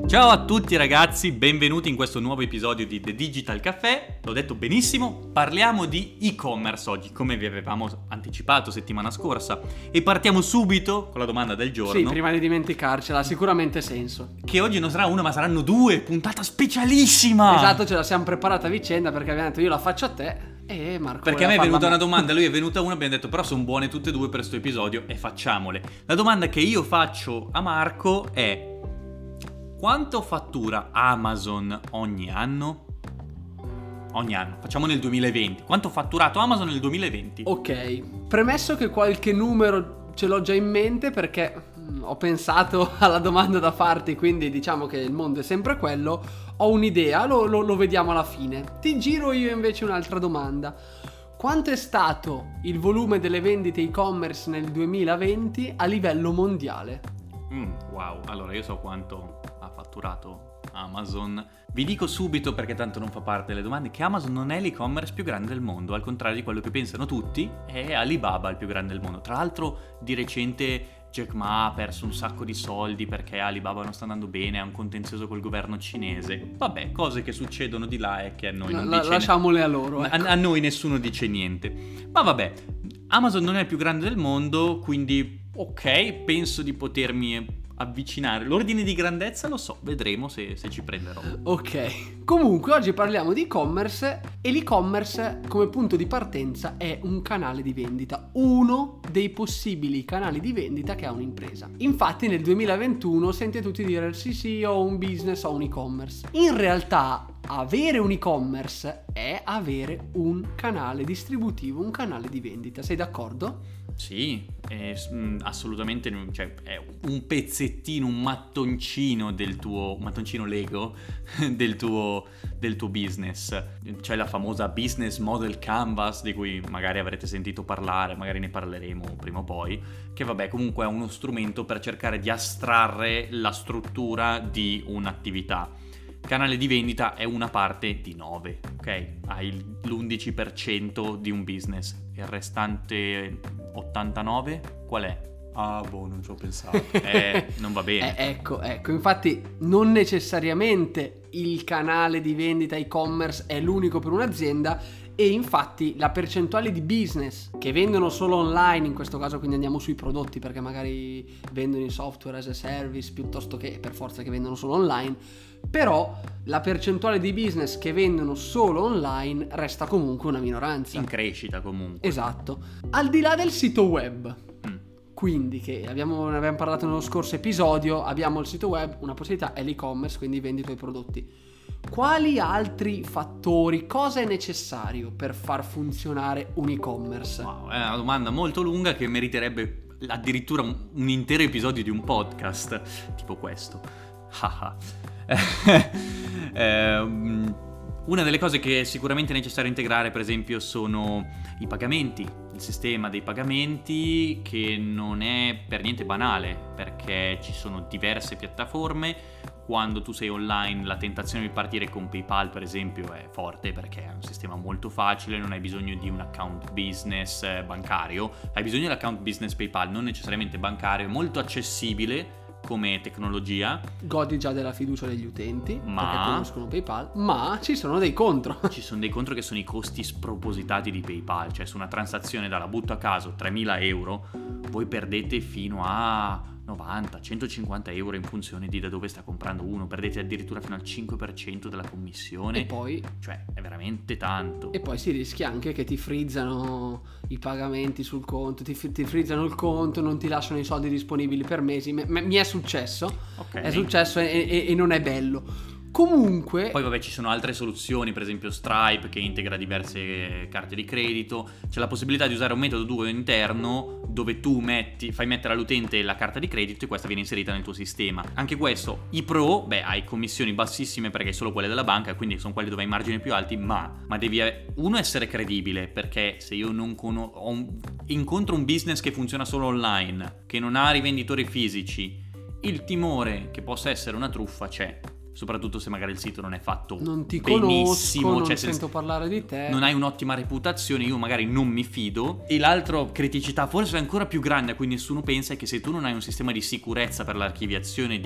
Ciao a tutti ragazzi, benvenuti in questo nuovo episodio di The Digital Café. L'ho detto benissimo, parliamo di e-commerce oggi, come vi avevamo anticipato settimana scorsa. E partiamo subito con la domanda del giorno. Sì, prima di dimenticarcela, sicuramente senso. Che oggi non sarà una, ma saranno due, puntata specialissima! Esatto, ce la siamo preparata a vicenda perché abbiamo detto io la faccio a te e Marco. Perché a me è venuta una domanda, lui è venuta una, abbiamo detto però sono buone tutte e due per questo episodio e facciamole. La domanda che io faccio a Marco è: quanto fattura Amazon ogni anno? Ogni anno, facciamo nel 2020. Quanto ha fatturato Amazon nel 2020? Ok, premesso che qualche numero ce l'ho già in mente perché ho pensato alla domanda da farti, quindi diciamo che il mondo è sempre quello, ho un'idea, lo vediamo alla fine. Ti giro io invece un'altra domanda. Quanto è stato il volume delle vendite e-commerce nel 2020 a livello mondiale? Wow, allora io so quanto ha fatturato Amazon. Vi dico subito, perché tanto non fa parte delle domande, che Amazon non è l'e-commerce più grande del mondo, al contrario di quello che pensano tutti. È Alibaba il più grande del mondo. Tra l'altro di recente Jack Ma ha perso un sacco di soldi perché Alibaba non sta andando bene, ha un contenzioso col governo cinese. Vabbè, cose che succedono di là e che a noi non dice lasciamole a loro, ecco. A noi nessuno dice niente. Ma vabbè, Amazon non è il più grande del mondo, quindi ok, penso di potermi avvicinare. L'ordine di grandezza lo so, vedremo se ci prenderò. Ok, comunque oggi parliamo di e-commerce e l'e-commerce come punto di partenza è un canale di vendita, uno dei possibili canali di vendita che ha un'impresa. Infatti nel 2021 senti tutti dire sì, ho un business, ho un e-commerce. In realtà avere un e-commerce è avere un canale distributivo, un canale di vendita, sei d'accordo? Sì, assolutamente, cioè è un pezzettino, un mattoncino del tuo, mattoncino Lego del tuo business. C'è la famosa Business Model Canvas di cui magari avrete sentito parlare, magari ne parleremo prima o poi, che vabbè comunque è uno strumento per cercare di astrarre la struttura di un'attività. Canale di vendita è una parte di 9, ok? Hai l'11% di un business, il restante 89 qual è? Non ci ho pensato. Non va bene. Ecco, infatti non necessariamente il canale di vendita e-commerce è l'unico per un'azienda e infatti la percentuale di business che vendono solo online, in questo caso quindi andiamo sui prodotti perché magari vendono i software as a service piuttosto che per forza che vendono solo online, però la percentuale di business che vendono solo online resta comunque una minoranza. In crescita comunque. Esatto. Al di là del sito web, quindi che ne abbiamo parlato nello scorso episodio, abbiamo il sito web, una possibilità è l'e-commerce, quindi vendi i tuoi prodotti. Quali altri fattori, cosa è necessario per far funzionare un e-commerce? Wow, è una domanda molto lunga che meriterebbe addirittura un intero episodio di un podcast, tipo questo. Una delle cose che è sicuramente necessario integrare, per esempio, sono i pagamenti, il sistema dei pagamenti, che non è per niente banale, perché ci sono diverse piattaforme. Quando tu sei online la tentazione di partire con PayPal, per esempio, è forte perché è un sistema molto facile, non hai bisogno di un account business bancario, hai bisogno dell'account business PayPal, non necessariamente bancario, è molto accessibile come tecnologia. Godi già della fiducia degli utenti perché conoscono PayPal, ma ci sono dei contro. Ci sono dei contro che sono i costi spropositati di PayPal, cioè su una transazione dalla butto a caso 3.000 euro voi perdete fino a 90, 150 euro in funzione di da dove sta comprando uno, perdete addirittura fino al 5% della commissione. E poi, cioè è veramente tanto. E poi si rischia anche che ti frizzano i pagamenti sul conto, ti frizzano il conto, non ti lasciano i soldi disponibili per mesi. Mi è successo, okay. È successo e non è bello. Comunque, poi vabbè, ci sono altre soluzioni, per esempio Stripe che integra diverse carte di credito. C'è la possibilità di usare un metodo tuo interno dove tu fai mettere all'utente la carta di credito e questa viene inserita nel tuo sistema. Anche questo, i pro, hai commissioni bassissime perché hai solo quelle della banca, quindi sono quelli dove hai margini più alti, ma devi essere credibile, perché se io non incontro un business che funziona solo online, che non ha rivenditori fisici, il timore che possa essere una truffa c'è. Soprattutto se magari il sito non è fatto non ti benissimo, conosco, non sento parlare di te, non hai un'ottima reputazione, io magari non mi fido. E l'altra criticità, forse ancora più grande a cui nessuno pensa, è che se tu non hai un sistema di sicurezza per l'archiviazione di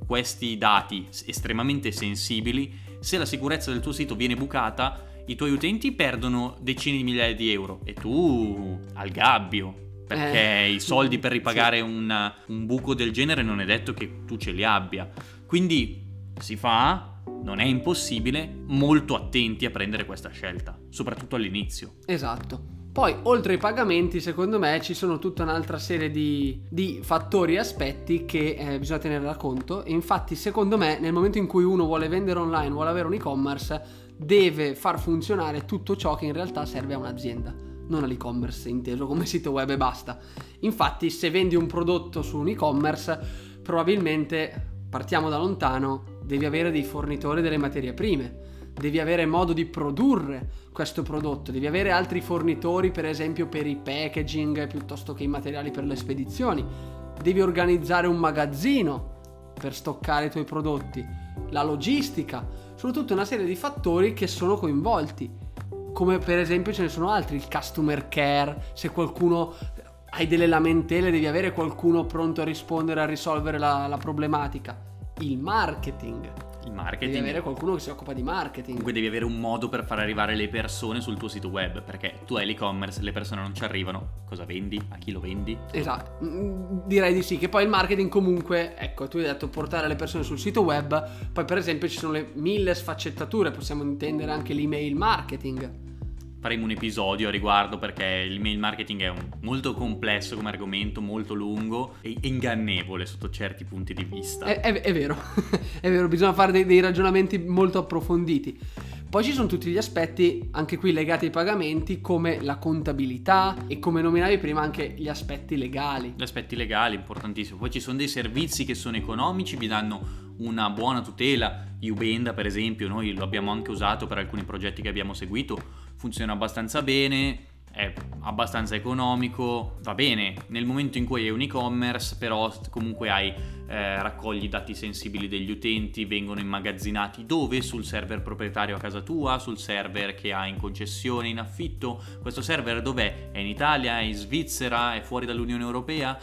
questi dati estremamente sensibili, se la sicurezza del tuo sito viene bucata, i tuoi utenti perdono decine di migliaia di euro e tu al gabbio. Perché i soldi per ripagare un buco del genere non è detto che tu ce li abbia. Quindi si fa, non è impossibile, molto attenti a prendere questa scelta, soprattutto all'inizio. Esatto. Poi, oltre ai pagamenti, secondo me ci sono tutta un'altra serie di fattori e aspetti che bisogna tenere da conto. E infatti, secondo me, nel momento in cui uno vuole vendere online, vuole avere un e-commerce, deve far funzionare tutto ciò che in realtà serve a un'azienda, non all'e-commerce inteso come sito web e basta. Infatti, se vendi un prodotto su un e-commerce, probabilmente, partiamo da lontano, devi avere dei fornitori delle materie prime, devi avere modo di produrre questo prodotto, devi avere altri fornitori, per esempio per i packaging piuttosto che i materiali per le spedizioni, devi organizzare un magazzino per stoccare i tuoi prodotti, la logistica, sono tutta una serie di fattori che sono coinvolti. Come per esempio ce ne sono altri, il customer care, se qualcuno hai delle lamentele devi avere qualcuno pronto a rispondere, a risolvere la problematica. Il marketing, devi avere qualcuno che si occupa di marketing. Comunque devi avere un modo per far arrivare le persone sul tuo sito web, perché tu hai l'e-commerce, le persone non ci arrivano, cosa vendi? A chi lo vendi? Esatto, direi di sì, che poi il marketing comunque, ecco, tu hai detto portare le persone sul sito web, poi per esempio ci sono le 1000 sfaccettature, possiamo intendere anche l'email marketing. Faremo un episodio a riguardo perché l'email marketing è molto complesso come argomento, molto lungo e ingannevole sotto certi punti di vista. È vero, è vero, bisogna fare dei ragionamenti molto approfonditi. Poi ci sono tutti gli aspetti, anche qui legati ai pagamenti, come la contabilità e, come nominavi prima, anche gli aspetti legali. Gli aspetti legali, importantissimo. Poi ci sono dei servizi che sono economici, vi danno una buona tutela. Ubenda, per esempio, noi lo abbiamo anche usato per alcuni progetti che abbiamo seguito, funziona abbastanza bene, è abbastanza economico, va bene. Nel momento in cui hai un e-commerce, però comunque raccogli i dati sensibili degli utenti, vengono immagazzinati dove? Sul server proprietario a casa tua, sul server che hai in concessione, in affitto. Questo server dov'è? È in Italia, è in Svizzera, è fuori dall'Unione Europea?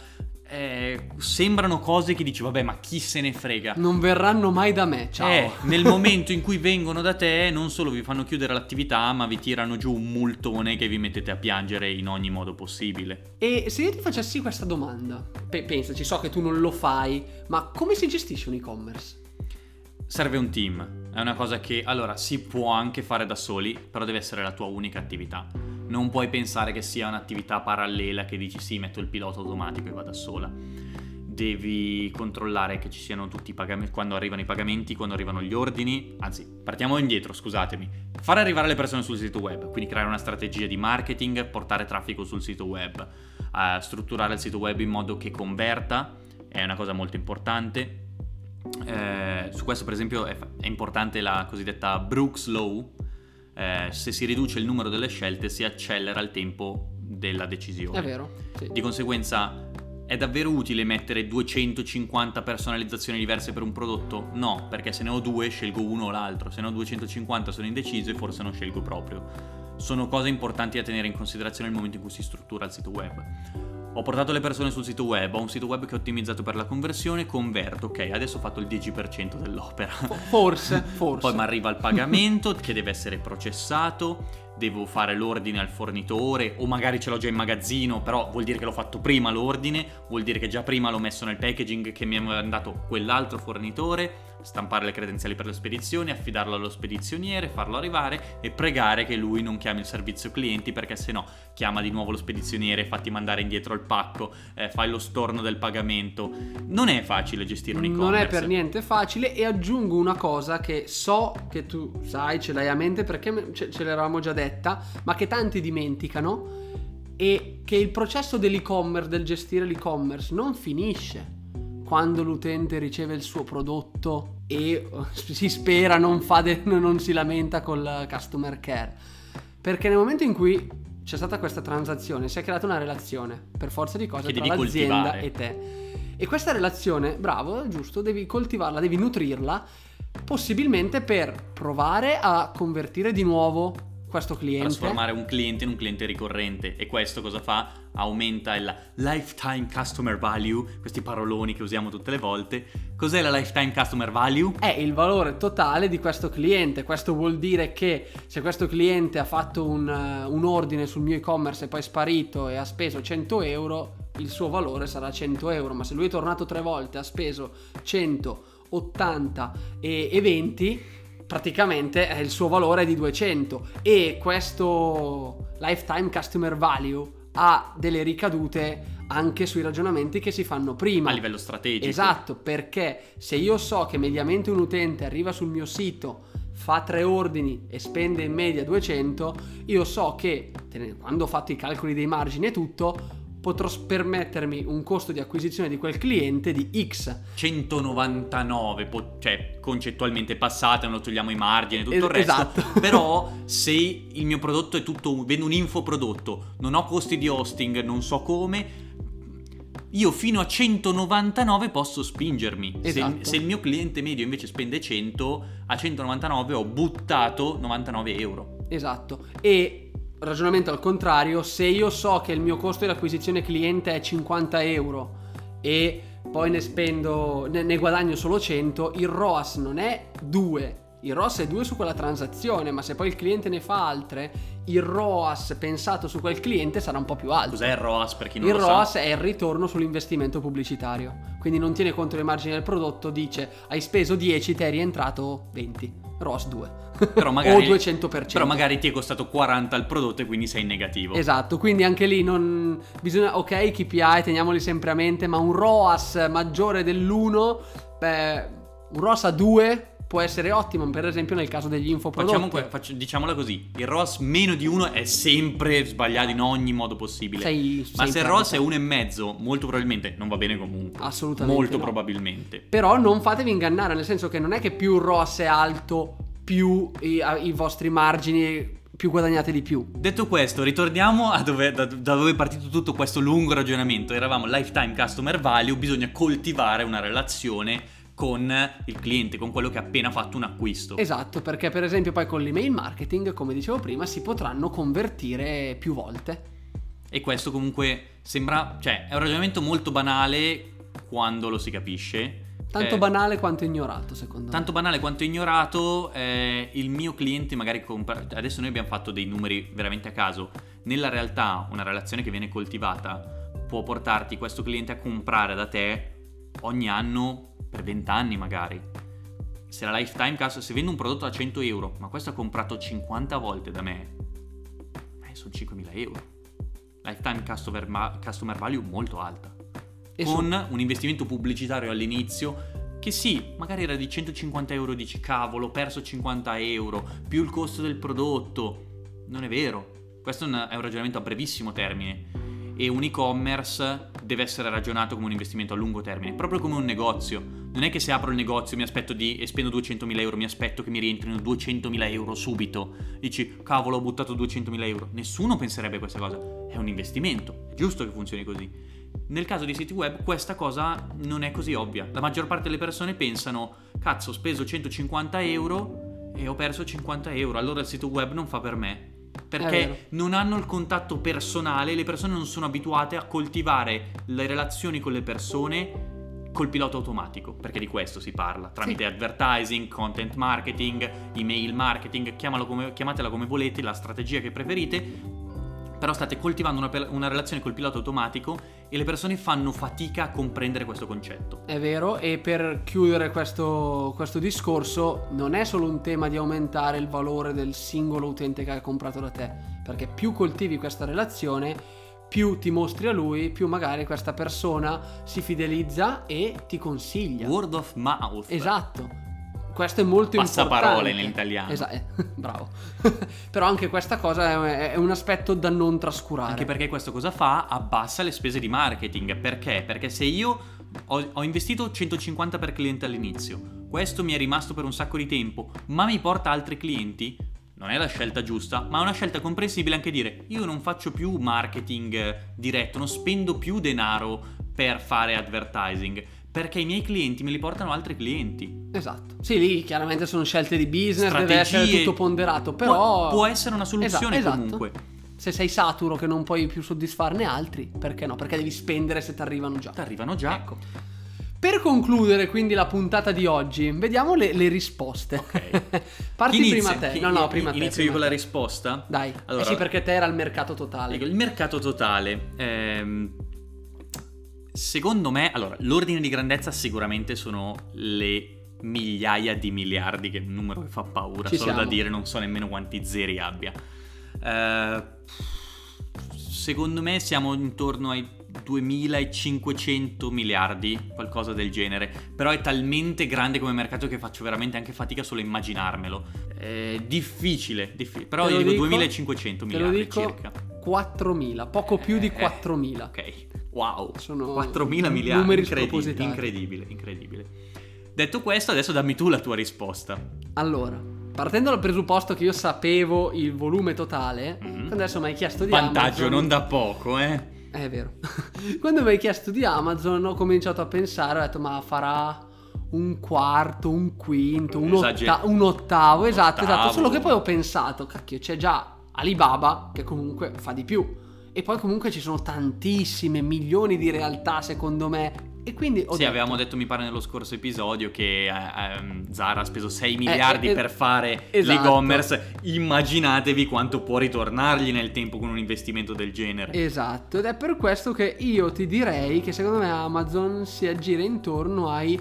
Sembrano cose che dici vabbè, ma chi se ne frega, non verranno mai da me, ciao. Nel momento in cui vengono da te non solo vi fanno chiudere l'attività, ma vi tirano giù un multone che vi mettete a piangere in ogni modo possibile. E se io ti facessi questa domanda, pensaci, so che tu non lo fai, ma come si gestisce un e-commerce? Serve un team, è una cosa che allora si può anche fare da soli, però deve essere la tua unica attività. Non puoi pensare che sia un'attività parallela che dici sì, metto il pilota automatico e va da sola. Devi controllare che ci siano tutti i pagamenti, quando arrivano i pagamenti, quando arrivano gli ordini. Anzi, partiamo indietro, scusatemi. Fare arrivare le persone sul sito web, quindi creare una strategia di marketing, portare traffico sul sito web, strutturare il sito web in modo che converta, è una cosa molto importante. Su questo per esempio è importante la cosiddetta Brooks Law. Se si riduce il numero delle scelte si accelera il tempo della decisione. È vero, sì. Di conseguenza è davvero utile mettere 250 personalizzazioni diverse per un prodotto? No, perché se ne ho 2 scelgo uno o l'altro, se ne ho 250 sono indeciso e forse non scelgo proprio. Sono cose importanti da tenere in considerazione nel momento in cui si struttura il sito web. Ho portato le persone sul sito web, ho un sito web che ho ottimizzato per la conversione, converto, ok, adesso ho fatto il 10% dell'opera. Forse. Poi mi arriva il pagamento che deve essere processato, devo fare l'ordine al fornitore o magari ce l'ho già in magazzino, però vuol dire che l'ho fatto prima l'ordine, vuol dire che già prima l'ho messo nel packaging che mi ha mandato quell'altro fornitore, stampare le credenziali per le spedizioni, affidarlo allo spedizioniere, farlo arrivare e pregare che lui non chiami il servizio clienti, perché se no chiama di nuovo lo spedizioniere, fatti mandare indietro il pacco, fai lo storno del pagamento. Non è facile gestire un e-commerce. Non è per niente facile, e aggiungo una cosa che so che tu sai, ce l'hai a mente perché ce l'eravamo già detta, ma che tanti dimenticano, e che il processo dell'e-commerce, del gestire l'e-commerce, non finisce quando l'utente riceve il suo prodotto e si spera non si lamenta col customer care, perché nel momento in cui c'è stata questa transazione si è creata una relazione per forza di cose tra l'azienda e te, e questa relazione, bravo, giusto, devi coltivarla, devi nutrirla, possibilmente per provare a convertire di nuovo questo cliente, trasformare un cliente in un cliente ricorrente. E questo cosa fa? Aumenta il lifetime customer value, questi paroloni che usiamo tutte le volte. Cos'è la lifetime customer value? È il valore totale di questo cliente. Questo vuol dire che se questo cliente ha fatto un ordine sul mio e-commerce e poi è sparito e ha speso 100 euro, il suo valore sarà 100 euro. Ma se lui è tornato 3 volte, ha speso 100, 80 e 20, praticamente il suo valore è di 200. E questo lifetime customer value ha delle ricadute anche sui ragionamenti che si fanno prima a livello strategico. Esatto, perché se io so che mediamente un utente arriva sul mio sito, fa 3 ordini e spende in media 200, io so che quando ho fatto i calcoli dei margini e tutto, potrò permettermi un costo di acquisizione di quel cliente di X. 199, cioè concettualmente passate, non togliamo i margini e tutto il resto. Esatto. Però se il mio prodotto è tutto, vendo un infoprodotto, non ho costi di hosting, non so come, io fino a 199 posso spingermi. Esatto. Se il mio cliente medio invece spende 100, a 199 ho buttato 99 euro. Esatto. E ragionamento al contrario, se io so che il mio costo di acquisizione cliente è 50 euro e poi ne guadagno solo 100, il ROAS non è 2. Il ROAS è 2 su quella transazione, ma se poi il cliente ne fa altre, il ROAS pensato su quel cliente sarà un po' più alto. Cos'è il ROAS per chi non lo sa? Il ROAS è il ritorno sull'investimento pubblicitario. Quindi non tiene conto dei margini del prodotto, dice hai speso 10, ti è rientrato 20. ROAS 2. Però magari, o 200%. Però magari ti è costato 40 il prodotto e quindi sei in negativo. Esatto, quindi anche lì non bisogna, ok, KPI teniamoli sempre a mente, ma un ROAS maggiore dell'1, un ROAS a 2 può essere ottimo, per esempio nel caso degli infoprodotti. Diciamola così, il ROAS meno di 1 è sempre sbagliato in ogni modo possibile. Ma se il ROAS è 1,5, molto probabilmente non va bene comunque. Assolutamente molto no. Probabilmente. Però non fatevi ingannare, nel senso che non è che più il ROAS è alto, più i vostri margini, più guadagnate di più. Detto questo, ritorniamo da dove è partito tutto questo lungo ragionamento. Eravamo lifetime customer value, bisogna coltivare una relazione con il cliente, con quello che ha appena fatto un acquisto. Esatto, perché per esempio poi con l'email marketing, come dicevo prima, si potranno convertire più volte. E questo comunque sembra, cioè è un ragionamento molto banale quando lo si capisce. Tanto banale quanto ignorato, secondo me. Tanto banale quanto ignorato. Il mio cliente magari compra. Adesso noi abbiamo fatto dei numeri veramente a caso. Nella realtà una relazione che viene coltivata può portarti questo cliente a comprare da te ogni anno per 20 anni magari. Se la lifetime se vendo un prodotto a 100 euro, ma questo ha comprato 50 volte da me, sono 5.000 euro. Lifetime customer value molto alta. Con un investimento pubblicitario all'inizio che sì, magari era di 150 euro, dici cavolo, ho perso 50 euro, più il costo del prodotto. Non è vero. Questo è un ragionamento a brevissimo termine. E un e-commerce deve essere ragionato come un investimento a lungo termine, proprio come un negozio. Non è che se apro il negozio e spendo 200.000 euro, mi aspetto che mi rientrino 200.000 euro subito. Dici, cavolo, ho buttato 200.000 euro. Nessuno penserebbe a questa cosa. È un investimento, è giusto che funzioni così. Nel caso di siti web questa cosa non è così ovvia. La maggior parte delle persone pensano, cazzo, ho speso 150 euro e ho perso 50 euro, allora il sito web non fa per me. Perché non hanno il contatto personale, le persone non sono abituate a coltivare le relazioni con le persone col pilota automatico, perché di questo si parla, tramite advertising, content marketing, email marketing, chiamatela come volete, la strategia che preferite, però state coltivando una relazione col pilota automatico e le persone fanno fatica a comprendere questo concetto. È vero, e per chiudere questo discorso, non è solo un tema di aumentare il valore del singolo utente che ha comprato da te, perché più coltivi questa relazione, più ti mostri a lui, più magari questa persona si fidelizza e ti consiglia. Word of mouth. Esatto. Questo è molto Passaparole importante. nell'italiano. Bravo. Però anche questa cosa è un aspetto da non trascurare. Anche perché questo cosa fa? Abbassa le spese di marketing. Perché? Perché se io ho investito 150 per cliente all'inizio, questo mi è rimasto per un sacco di tempo, ma mi porta altri clienti, non è la scelta giusta, ma è una scelta comprensibile anche dire io non faccio più marketing diretto, non spendo più denaro per fare advertising, perché i miei clienti me li portano altri clienti. Esatto. Sì, lì chiaramente sono scelte di business, Strategie. deve essere tutto ponderato, però può essere una soluzione esatto. comunque. Se sei saturo che non puoi più soddisfarne altri, perché no? Perché devi spendere se ti arrivano già. Ecco. Per concludere quindi la puntata di oggi, vediamo le risposte. Ok. Parti Chi prima inizia? te. No, prima te. Inizio io con la risposta? Dai. Allora, Sì, perché te era il mercato totale. il mercato totale. Secondo me, allora, l'ordine di grandezza sicuramente sono le migliaia di miliardi, che è un numero che fa paura, Ci solo siamo. da dire, non so nemmeno quanti zeri abbia. Secondo me siamo intorno ai 2500 miliardi, qualcosa del genere. Però è talmente grande come mercato che faccio veramente anche fatica solo a immaginarmelo. È difficile. Però io dico 2500 miliardi circa. 4.000, poco più di 4.000. Ok, wow, Sono 4.000 miliardi, numeri spropositati. incredibile. Detto questo, adesso dammi tu la tua risposta. Allora, partendo dal presupposto che io sapevo il volume totale, quando adesso mi hai chiesto di Vantaggio Amazon, non da poco, eh? È vero. Quando mi hai chiesto di Amazon ho cominciato a pensare, ho detto ma farà un quarto, un quinto, un ottavo, esatto. Solo che poi ho pensato, cacchio, c'è già Alibaba che comunque fa di più. E poi comunque ci sono tantissime, milioni di realtà secondo me. E quindi avevamo detto, mi pare nello scorso episodio, che Zara ha speso 6 miliardi per fare l'e-commerce. Immaginatevi quanto può ritornargli nel tempo con un investimento del genere. Esatto, ed è per questo che io ti direi che secondo me Amazon si aggira intorno ai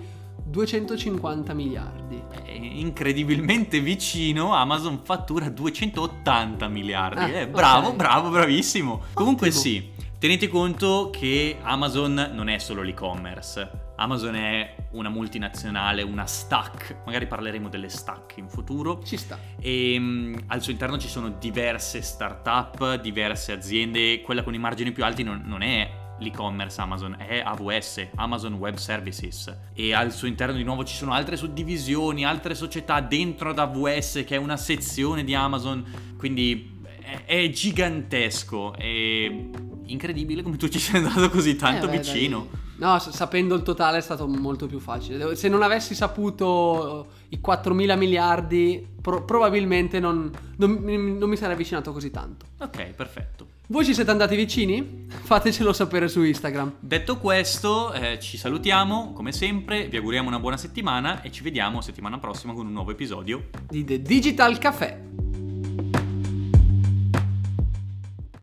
250 miliardi. Incredibilmente vicino. Amazon fattura 280 miliardi. Okay. Bravissimo. Comunque Ottimo. sì, tenete conto che Amazon non è solo l'e-commerce. Amazon è una multinazionale, una stack. Magari parleremo delle stack in futuro. Ci sta. E al suo interno ci sono diverse startup, diverse aziende. Quella con i margini più alti non è l'e-commerce Amazon, è AWS, Amazon Web Services, e al suo interno di nuovo ci sono altre suddivisioni, altre società dentro ad AWS che è una sezione di Amazon, quindi è gigantesco, è incredibile come tu ci sei andato così tanto vicino. Dai. No, sapendo il totale è stato molto più facile. Se non avessi saputo i 4.000 miliardi probabilmente non mi sarei avvicinato così tanto. Ok, perfetto. Voi ci siete andati vicini? Fatecelo sapere su Instagram. Detto questo, ci salutiamo come sempre, vi auguriamo una buona settimana e ci vediamo settimana prossima con un nuovo episodio di The Digital Café.